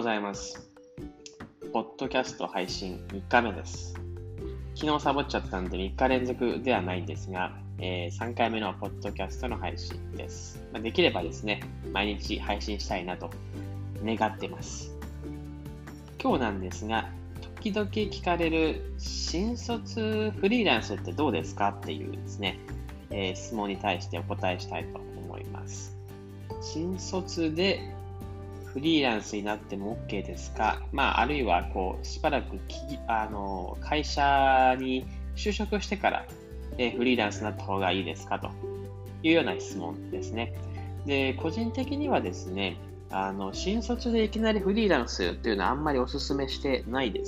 ございます。ポッドキャスト配信3日目です。昨日サボっちゃったんで3日連続ではないんですが、3回目のポッドキャストの配信です。できればですね、毎日配信したいなと願ってます。今日なんですが、時々聞かれる新卒フリーランスってどうですかっていうですね、質問に対してお答えしたいと思います。新卒でフリーランスになっても OK ですか？あるいはしばらく会社に就職してから、フリーランスになった方がいいですかというような質問ですね。で、個人的にはですね、新卒でいきなりフリーランスというのはあんまりお勧めしてないです。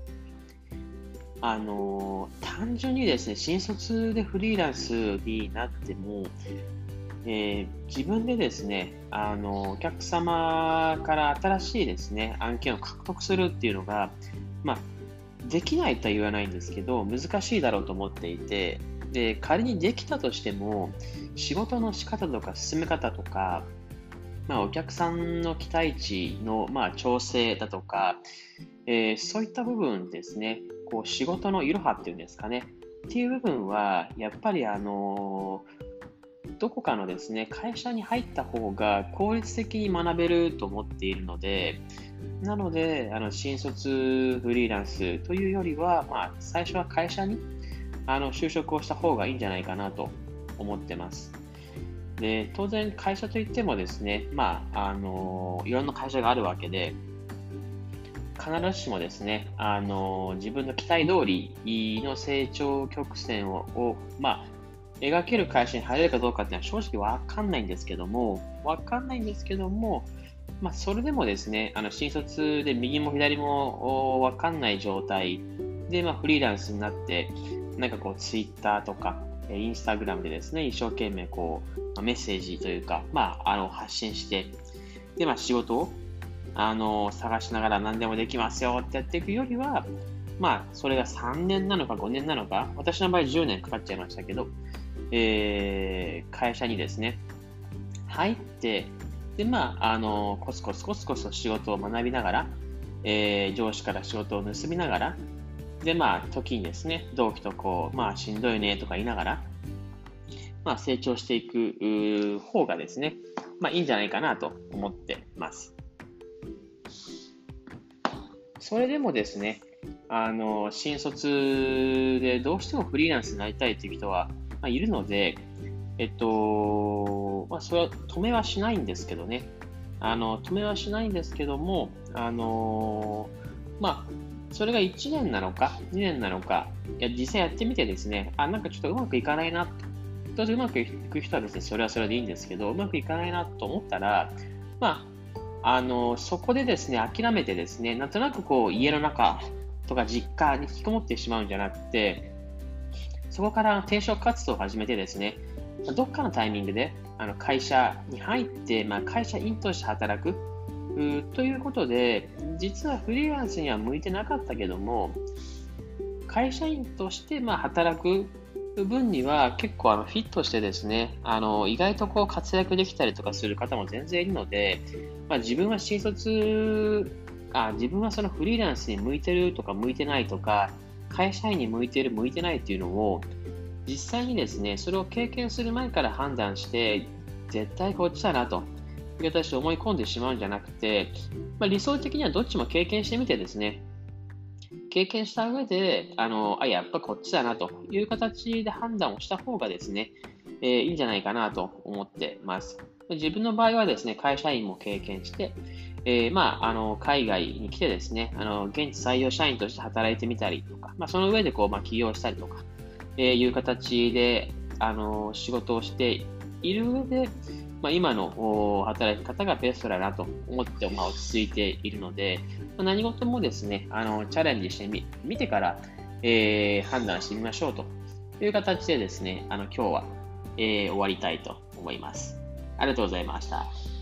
単純にですね、新卒でフリーランスになっても、自分でですね、お客様から新しいですね、案件を獲得するっていうのが、できないとは言わないんですけど、難しいだろうと思っていて、で、仮にできたとしても、仕事の仕方とか進め方とか、お客さんの期待値の、調整だとか、そういった部分ですね、仕事のいろはっていうんですかね、っていう部分は、やっぱりどこかのですね、会社に入った方が効率的に学べると思っているので、なので、新卒フリーランスというよりは、最初は会社に就職をした方がいいんじゃないかなと思ってます。で、当然会社といってもですね、いろんな会社があるわけで、必ずしもですね、自分の期待通りの成長曲線を描ける会社に入れるかどうかっていうのは正直わかんないんですけども、それでもですね、新卒で右も左もわかんない状態で、フリーランスになって、ツイッターとか、インスタグラムでですね、一生懸命メッセージというか、発信して、で、仕事を探しながら何でもできますよってやっていくよりは、それが3年なのか5年なのか、私の場合10年かかっちゃいましたけど、会社にですね、入って、で、コツコツと仕事を学びながら、上司から仕事を盗みながら、で、時にですね、同期としんどいねとか言いながら、成長していく方がですね、いいんじゃないかなと思ってます。それでもですね、新卒でどうしてもフリーランスになりたいという人はいるので、それは止めはしないんですけどね。止めはしないんですけども、それが1年なのか、2年なのか、実際やってみてですね、ちょっとうまくいかないなと。当然うまくいく人はですね、それはそれでいいんですけど、うまくいかないなと思ったら、そこでですね、諦めてですね、なんとなく家の中とか実家に引きこもってしまうんじゃなくて、そこから転職活動を始めてですね、どっかのタイミングで会社に入って、会社員として働くということで、実はフリーランスには向いてなかったけども、会社員として働く分には結構フィットしてですね、意外と活躍できたりとかする方も全然いるので、自分は自分はそのフリーランスに向いてるとか向いてないとか、会社員に向いてる向いてないっていうのを実際にですね、それを経験する前から判断して絶対こっちだなという形で思い込んでしまうんじゃなくて、理想的にはどっちも経験してみてですね、経験した上でやっぱこっちだなという形で判断をした方がですね、いいんじゃないかなと思ってます。自分の場合はですね、会社員も経験して、海外に来てですね、現地採用社員として働いてみたりとか、その上で起業したりとか、いう形で、仕事をしている上で、今の働き方がベストだなと思って、落ち着いているので、何事もですね、チャレンジしてみてから、判断してみましょうという形でですね、今日は、終わりたいと思います。ありがとうございました。